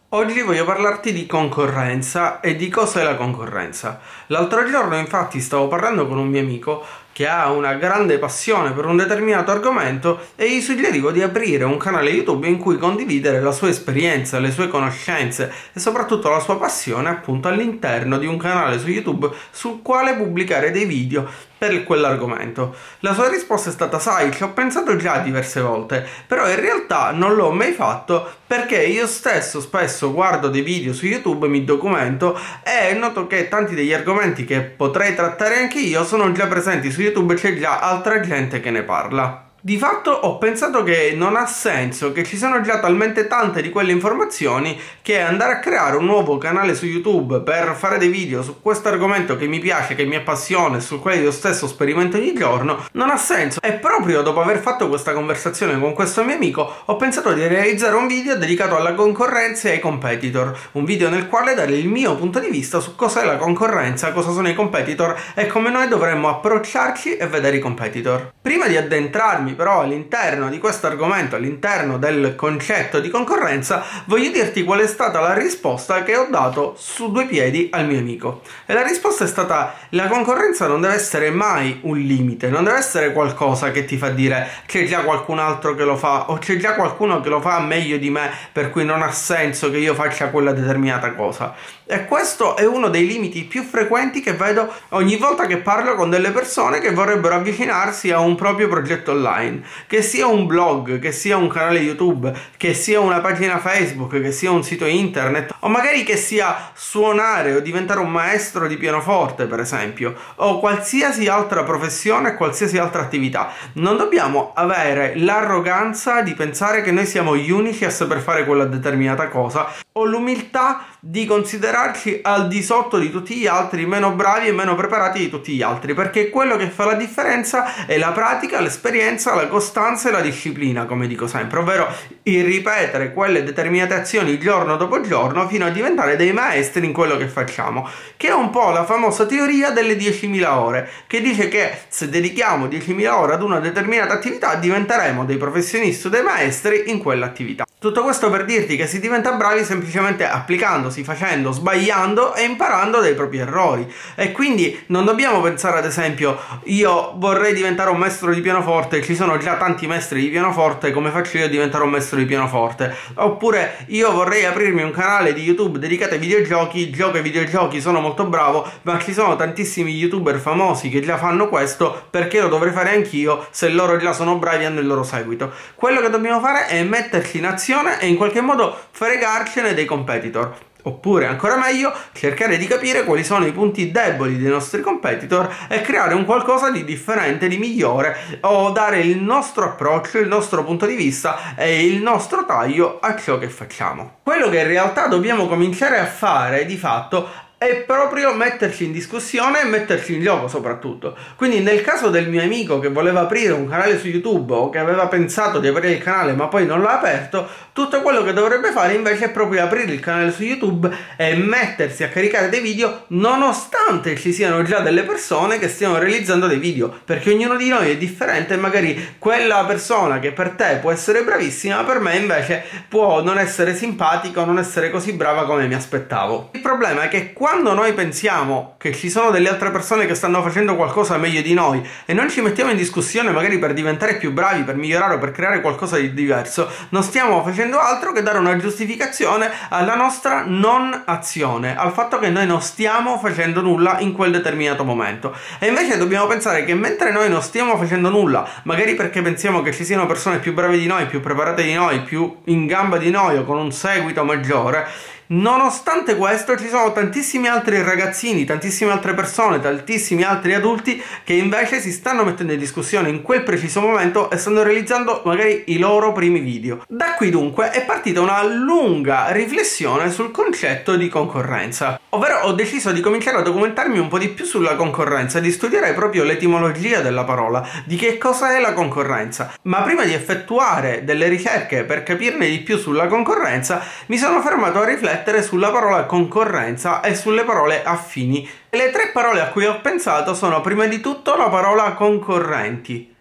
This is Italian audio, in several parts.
Oggi voglio parlarti di concorrenza e di cos'è la concorrenza. L'altro giorno infatti stavo parlando con un mio amico che ha una grande passione per un determinato argomento e gli suggerivo di aprire un canale YouTube in cui condividere la sua esperienza, le sue conoscenze e soprattutto la sua passione appunto all'interno di un canale su YouTube sul quale pubblicare dei video per quell'argomento. La sua risposta è stata: sai, ci ho pensato già diverse volte, però in realtà non l'ho mai fatto perché io stesso spesso guardo dei video su YouTube, mi documento e noto che tanti degli argomenti che potrei trattare anche io sono già presenti su YouTube, c'è già altra gente che ne parla. Di fatto ho pensato che non ha senso, che ci sono già talmente tante di quelle informazioni che andare a creare un nuovo canale su YouTube per fare dei video su questo argomento che mi piace, che mi appassiona e sul quale io stesso sperimento ogni giorno non ha senso. E proprio dopo aver fatto questa conversazione con questo mio amico ho pensato di realizzare un video dedicato alla concorrenza e ai competitor, un video nel quale dare il mio punto di vista su cos'è la concorrenza, cosa sono i competitor e come noi dovremmo approcciarci e vedere i competitor. Prima di addentrarmi però all'interno di questo argomento, all'interno del concetto di concorrenza, voglio dirti qual è stata la risposta che ho dato su due piedi al mio amico. E la risposta è stata: la concorrenza non deve essere mai un limite, non deve essere qualcosa che ti fa dire c'è già qualcun altro che lo fa o c'è già qualcuno che lo fa meglio di me, per cui non ha senso che io faccia quella determinata cosa. E questo è uno dei limiti più frequenti che vedo ogni volta che parlo con delle persone che vorrebbero avvicinarsi a un proprio progetto online, che sia un blog, che sia un canale YouTube, che sia una pagina Facebook, che sia un sito internet, o magari che sia suonare o diventare un maestro di pianoforte, per esempio, o qualsiasi altra professione, qualsiasi altra attività. Non dobbiamo avere l'arroganza di pensare che noi siamo gli unici a saper fare quella determinata cosa, o l'umiltà di considerarci al di sotto di tutti gli altri, meno bravi e meno preparati di tutti gli altri, perché quello che fa la differenza è la pratica, l'esperienza, la costanza e la disciplina, come dico sempre, ovvero il ripetere quelle determinate azioni giorno dopo giorno fino a diventare dei maestri in quello che facciamo, che è un po' la famosa teoria delle 10.000 ore, che dice che se dedichiamo 10.000 ore ad una determinata attività diventeremo dei professionisti o dei maestri in quell'attività. Tutto questo per dirti che si diventa bravi semplicemente applicandosi, facendo, sbagliando e imparando dai propri errori. E quindi non dobbiamo pensare, ad esempio, io vorrei diventare un maestro di pianoforte, ci sono già tanti maestri di pianoforte, come faccio io a diventare un maestro di pianoforte? Oppure io vorrei aprirmi un canale di YouTube dedicato ai videogiochi, gioco ai videogiochi, sono molto bravo, ma ci sono tantissimi YouTuber famosi che già fanno questo, perché lo dovrei fare anch'io se loro già sono bravi e hanno il loro seguito? Quello che dobbiamo fare è metterci in azione e in qualche modo fregarcene dei competitor. Oppure, ancora meglio, cercare di capire quali sono i punti deboli dei nostri competitor e creare un qualcosa di differente, di migliore, o dare il nostro approccio, il nostro punto di vista e il nostro taglio a ciò che facciamo. Quello che in realtà dobbiamo cominciare a fare di fatto è proprio metterci in discussione e metterci in gioco soprattutto. Quindi nel caso del mio amico che voleva aprire un canale su YouTube o che aveva pensato di aprire il canale ma poi non l'ha aperto, tutto quello che dovrebbe fare invece è proprio aprire il canale su YouTube e mettersi a caricare dei video nonostante ci siano già delle persone che stiano realizzando dei video, perché ognuno di noi è differente e magari quella persona che per te può essere bravissima per me invece può non essere simpatica o non essere così brava come mi aspettavo. Il problema è che quando noi pensiamo che ci sono delle altre persone che stanno facendo qualcosa meglio di noi e non ci mettiamo in discussione magari per diventare più bravi, per migliorare o per creare qualcosa di diverso, non stiamo facendo altro che dare una giustificazione alla nostra non azione, al fatto che noi non stiamo facendo nulla in quel determinato momento. E invece dobbiamo pensare che mentre noi non stiamo facendo nulla, magari perché pensiamo che ci siano persone più brave di noi, più preparate di noi, più in gamba di noi o con un seguito maggiore, nonostante questo ci sono tantissimi altri ragazzini, tantissime altre persone, tantissimi altri adulti che invece si stanno mettendo in discussione in quel preciso momento e stanno realizzando magari i loro primi video. Da qui dunque è partita una lunga riflessione sul concetto di concorrenza, ovvero ho deciso di cominciare a documentarmi un po' di più sulla concorrenza, di studiare proprio l'etimologia della parola, di che cosa è la concorrenza. Ma prima di effettuare delle ricerche per capirne di più sulla concorrenza mi sono fermato a riflettere sulla parola concorrenza e sulle parole affini. Le tre parole a cui ho pensato sono prima di tutto la parola concorrenti,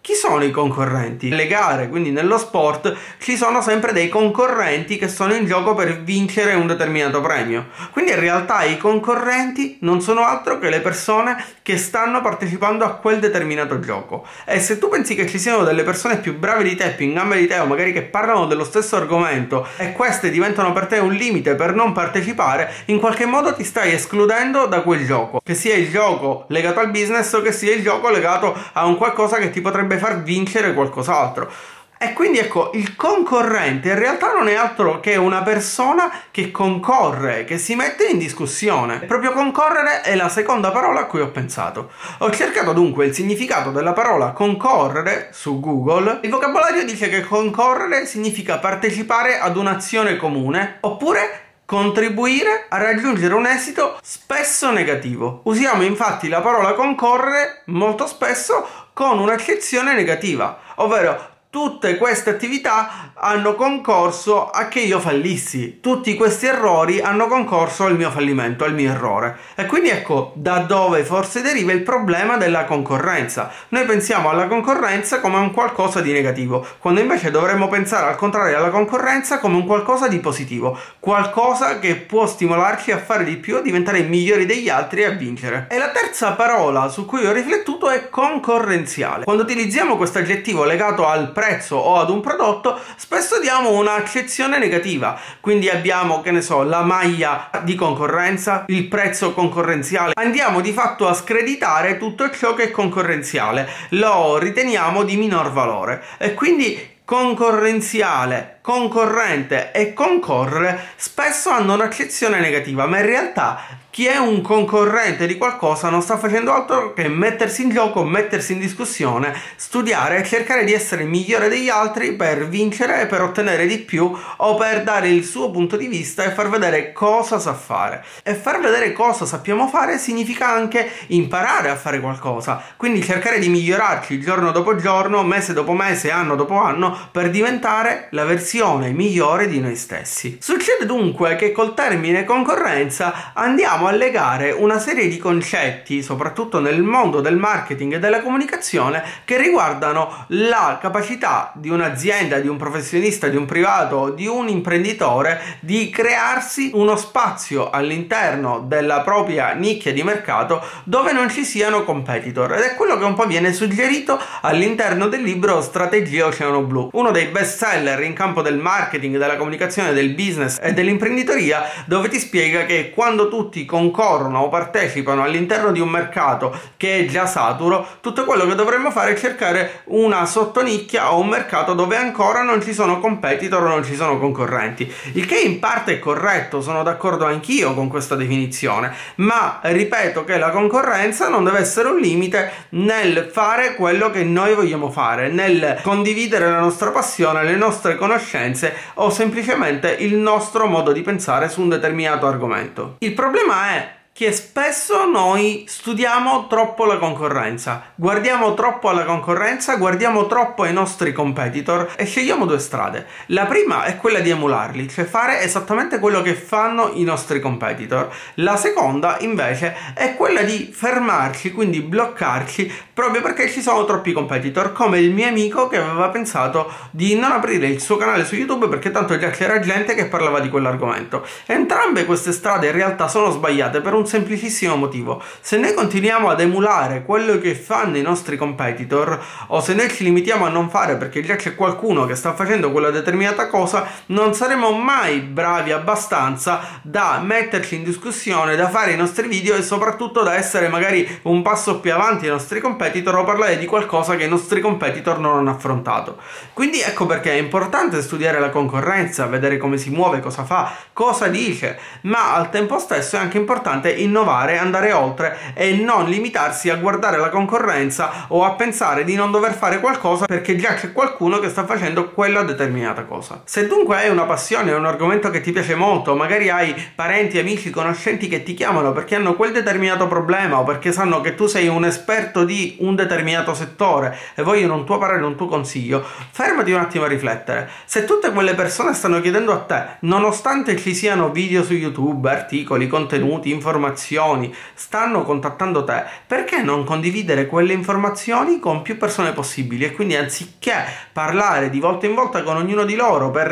Chi sono i concorrenti? Nelle gare, quindi nello sport, ci sono sempre dei concorrenti che sono in gioco per vincere un determinato premio. Quindi in realtà i concorrenti non sono altro che le persone che stanno partecipando a quel determinato gioco. E se tu pensi che ci siano delle persone più brave di te, più in gamba di te, o magari che parlano dello stesso argomento e queste diventano per te un limite per non partecipare, in qualche modo ti stai escludendo da quel gioco, che sia il gioco legato al business o che sia il gioco legato a un qualcosa che ti potrebbe far vincere qualcos'altro. E quindi ecco, il concorrente in realtà non è altro che una persona che concorre, che si mette in discussione. Proprio concorrere è la seconda parola a cui ho pensato. Ho cercato dunque il significato della parola concorrere su Google. Il vocabolario dice che concorrere significa partecipare ad un'azione comune oppure contribuire a raggiungere un esito spesso negativo. Usiamo infatti la parola concorrere molto spesso con un'accezione negativa, ovvero tutte queste attività hanno concorso a che io fallissi, tutti questi errori hanno concorso al mio fallimento, al mio errore. E quindi ecco da dove forse deriva il problema della concorrenza. Noi pensiamo alla concorrenza come a un qualcosa di negativo, quando invece dovremmo pensare al contrario alla concorrenza come un qualcosa di positivo, qualcosa che può stimolarci a fare di più, a diventare migliori degli altri e a vincere. E la terza parola su cui ho riflettuto è concorrenziale. Quando utilizziamo questo aggettivo legato al prezzo o ad un prodotto, spesso diamo un'accezione negativa, quindi abbiamo, che ne so, la maglia di concorrenza, il prezzo concorrenziale, andiamo di fatto a screditare tutto ciò che è concorrenziale, lo riteniamo di minor valore e quindi concorrenziale, concorrente e concorrere spesso hanno un'accezione negativa, ma in realtà chi è un concorrente di qualcosa non sta facendo altro che mettersi in gioco, mettersi in discussione, studiare e cercare di essere migliore degli altri per vincere e per ottenere di più o per dare il suo punto di vista e far vedere cosa sa fare. E far vedere cosa sappiamo fare significa anche imparare a fare qualcosa, quindi cercare di migliorarci giorno dopo giorno, mese dopo mese, anno dopo anno, per diventare la versione migliore di noi stessi. Succede dunque che col termine concorrenza andiamo a legare una serie di concetti, soprattutto nel mondo del marketing e della comunicazione, che riguardano la capacità di un'azienda, di un professionista, di un privato, di un imprenditore di crearsi uno spazio all'interno della propria nicchia di mercato dove non ci siano competitor, ed è quello che un po' viene suggerito all'interno del libro Strategia Oceano Blu, uno dei best seller in campo del marketing, della comunicazione, del business e dell'imprenditoria, dove ti spiega che quando tutti concorrono o partecipano all'interno di un mercato che è già saturo, tutto quello che dovremmo fare è cercare una sottonicchia o un mercato dove ancora non ci sono competitor o non ci sono concorrenti, il che in parte è corretto, sono d'accordo anch'io con questa definizione, ma ripeto che la concorrenza non deve essere un limite nel fare quello che noi vogliamo fare, nel condividere la nostra passione, le nostre conoscenze o semplicemente il nostro modo di pensare su un determinato argomento. Il problema è che spesso noi studiamo troppo la concorrenza, guardiamo troppo alla concorrenza, guardiamo troppo ai nostri competitor e scegliamo due strade. La prima è quella di emularli, cioè fare esattamente quello che fanno i nostri competitor. La seconda invece è quella di fermarci, quindi bloccarci, proprio perché ci sono troppi competitor, come il mio amico che aveva pensato di non aprire il suo canale su YouTube perché tanto già c'era gente che parlava di quell'argomento. Entrambe queste strade in realtà sono sbagliate per un semplicissimo motivo: se noi continuiamo ad emulare quello che fanno i nostri competitor, o se noi ci limitiamo a non fare perché già c'è qualcuno che sta facendo quella determinata cosa, non saremo mai bravi abbastanza da metterci in discussione, da fare i nostri video e soprattutto da essere magari un passo più avanti ai nostri competitor o parlare di qualcosa che i nostri competitor non hanno affrontato. Quindi ecco perché è importante studiare la concorrenza, vedere come si muove, cosa fa, cosa dice, ma al tempo stesso è anche importante innovare, andare oltre e non limitarsi a guardare la concorrenza o a pensare di non dover fare qualcosa perché già c'è qualcuno che sta facendo quella determinata cosa. Se dunque hai una passione, un argomento che ti piace molto, magari hai parenti, amici, conoscenti che ti chiamano perché hanno quel determinato problema o perché sanno che tu sei un esperto di un determinato settore e vogliono un tuo parere, un tuo consiglio, fermati un attimo a riflettere. Se tutte quelle persone stanno chiedendo a te, nonostante ci siano video su YouTube, articoli, contenuti, informazioni, informazioni, stanno contattando te, perché non condividere quelle informazioni con più persone possibili? E quindi anziché parlare di volta in volta con ognuno di loro per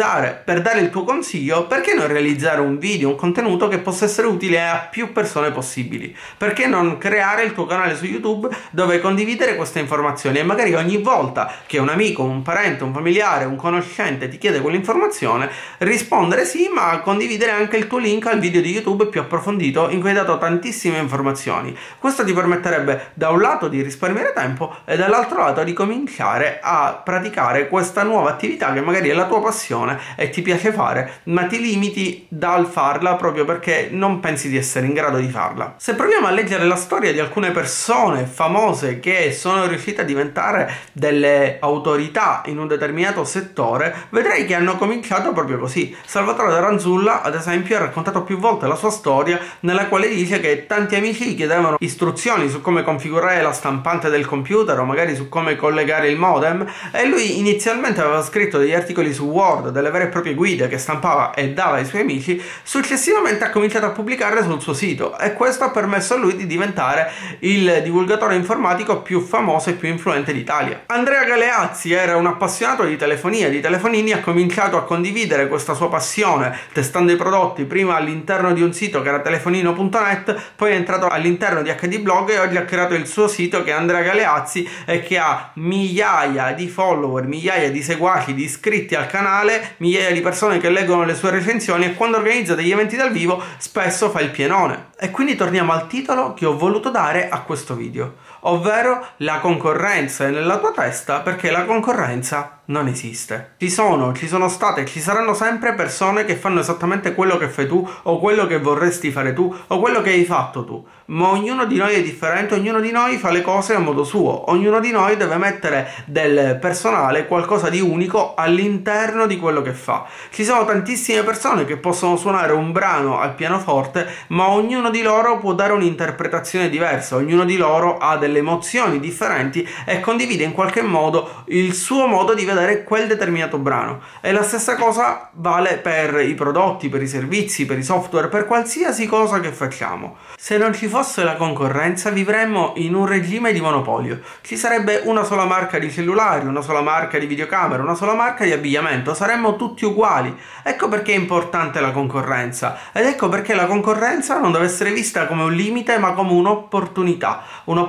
dare il tuo consiglio, perché non realizzare un video, un contenuto che possa essere utile a più persone possibili? Perché non creare il tuo canale su YouTube dove condividere queste informazioni e magari ogni volta che un amico, un parente, un familiare, un conoscente ti chiede quell'informazione, rispondere sì, ma condividere anche il tuo link al video di YouTube più approfondito in cui hai dato tantissime informazioni. Questo ti permetterebbe da un lato di risparmiare tempo e dall'altro lato di cominciare a praticare questa nuova attività che magari è la tua passione e ti piace fare, ma ti limiti dal farla proprio perché non pensi di essere in grado di farla. Se proviamo a leggere la storia di alcune persone famose che sono riuscite a diventare delle autorità in un determinato settore, vedrei che hanno cominciato proprio così. Salvatore D'Aranzulla, ad esempio, ha raccontato più volte la sua storia nella quale dice che tanti amici gli chiedevano istruzioni su come configurare la stampante del computer o magari su come collegare il modem, e lui inizialmente aveva scritto degli articoli su Word, delle vere e proprie guide che stampava e dava ai suoi amici. Successivamente ha cominciato a pubblicarle sul suo sito e questo ha permesso a lui di diventare il divulgatore informatico più famoso e più influente d'Italia. Andrea Galeazzi era un appassionato di telefonia, di telefonini, ha cominciato a condividere questa sua passione testando i prodotti prima all'interno di un sito che era telefonino.net, poi è entrato all'interno di HD Blog e oggi ha creato il suo sito che è Andrea Galeazzi e che ha migliaia di follower, migliaia di seguaci, di iscritti al canale, migliaia di persone che leggono le sue recensioni e quando organizza degli eventi dal vivo spesso fa il pienone. E quindi torniamo al titolo che ho voluto dare a questo video, ovvero la concorrenza è nella tua testa perché la concorrenza non esiste. Ci sono state e ci saranno sempre persone che fanno esattamente quello che fai tu o quello che vorresti fare tu o quello che hai fatto tu, ma ognuno di noi è differente, ognuno di noi fa le cose a modo suo, ognuno di noi deve mettere del personale, qualcosa di unico all'interno di quello che fa. Ci sono tantissime persone che possono suonare un brano al pianoforte, ma ognuno di loro può dare un'interpretazione diversa, ognuno di loro ha delle emozioni differenti e condivide in qualche modo il suo modo di vedere quel determinato brano. E la stessa cosa vale per i prodotti, per i servizi, per i software, per qualsiasi cosa che facciamo. Se non ci fosse la concorrenza vivremmo in un regime di monopolio. Ci sarebbe una sola marca di cellulari, una sola marca di videocamere, una sola marca di abbigliamento, saremmo tutti uguali. Ecco perché è importante la concorrenza ed ecco perché la concorrenza non deve essere vista come un limite ma come un'opportunità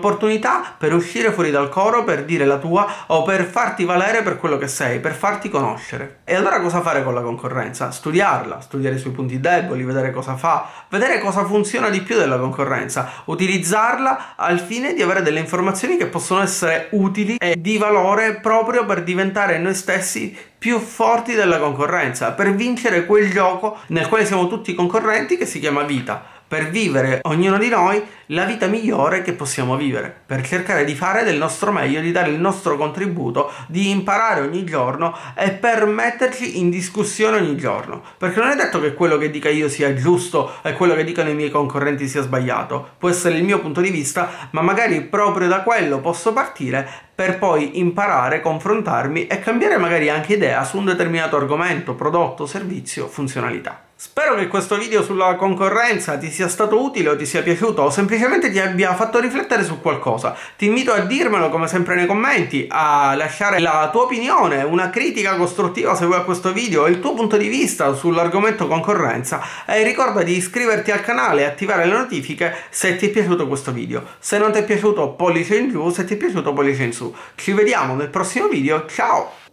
per uscire fuori dal coro, per dire la tua o per farti valere per quello che sei, per farti conoscere. E allora cosa fare con la concorrenza? Studiarla, studiare i suoi punti deboli, vedere cosa fa, vedere cosa funziona di più della concorrenza, utilizzarla al fine di avere delle informazioni che possono essere utili e di valore proprio per diventare noi stessi più forti della concorrenza, per vincere quel gioco nel quale siamo tutti concorrenti che si chiama vita, per vivere ognuno di noi la vita migliore che possiamo vivere, per cercare di fare del nostro meglio, di dare il nostro contributo, di imparare ogni giorno e per metterci in discussione ogni giorno, perché non è detto che quello che dica io sia giusto e quello che dicano i miei concorrenti sia sbagliato, può essere il mio punto di vista, ma magari proprio da quello posso partire per poi imparare, confrontarmi e cambiare magari anche idea su un determinato argomento, prodotto, servizio, funzionalità. Spero che questo video sulla concorrenza ti sia stato utile o ti sia piaciuto o semplicemente ti abbia fatto riflettere su qualcosa. Ti invito a dirmelo come sempre nei commenti, a lasciare la tua opinione, una critica costruttiva se vuoi a questo video e il tuo punto di vista sull'argomento concorrenza e ricorda di iscriverti al canale e attivare le notifiche se ti è piaciuto questo video. Se non ti è piaciuto pollice in giù, se ti è piaciuto pollice in su. Ci vediamo nel prossimo video, ciao!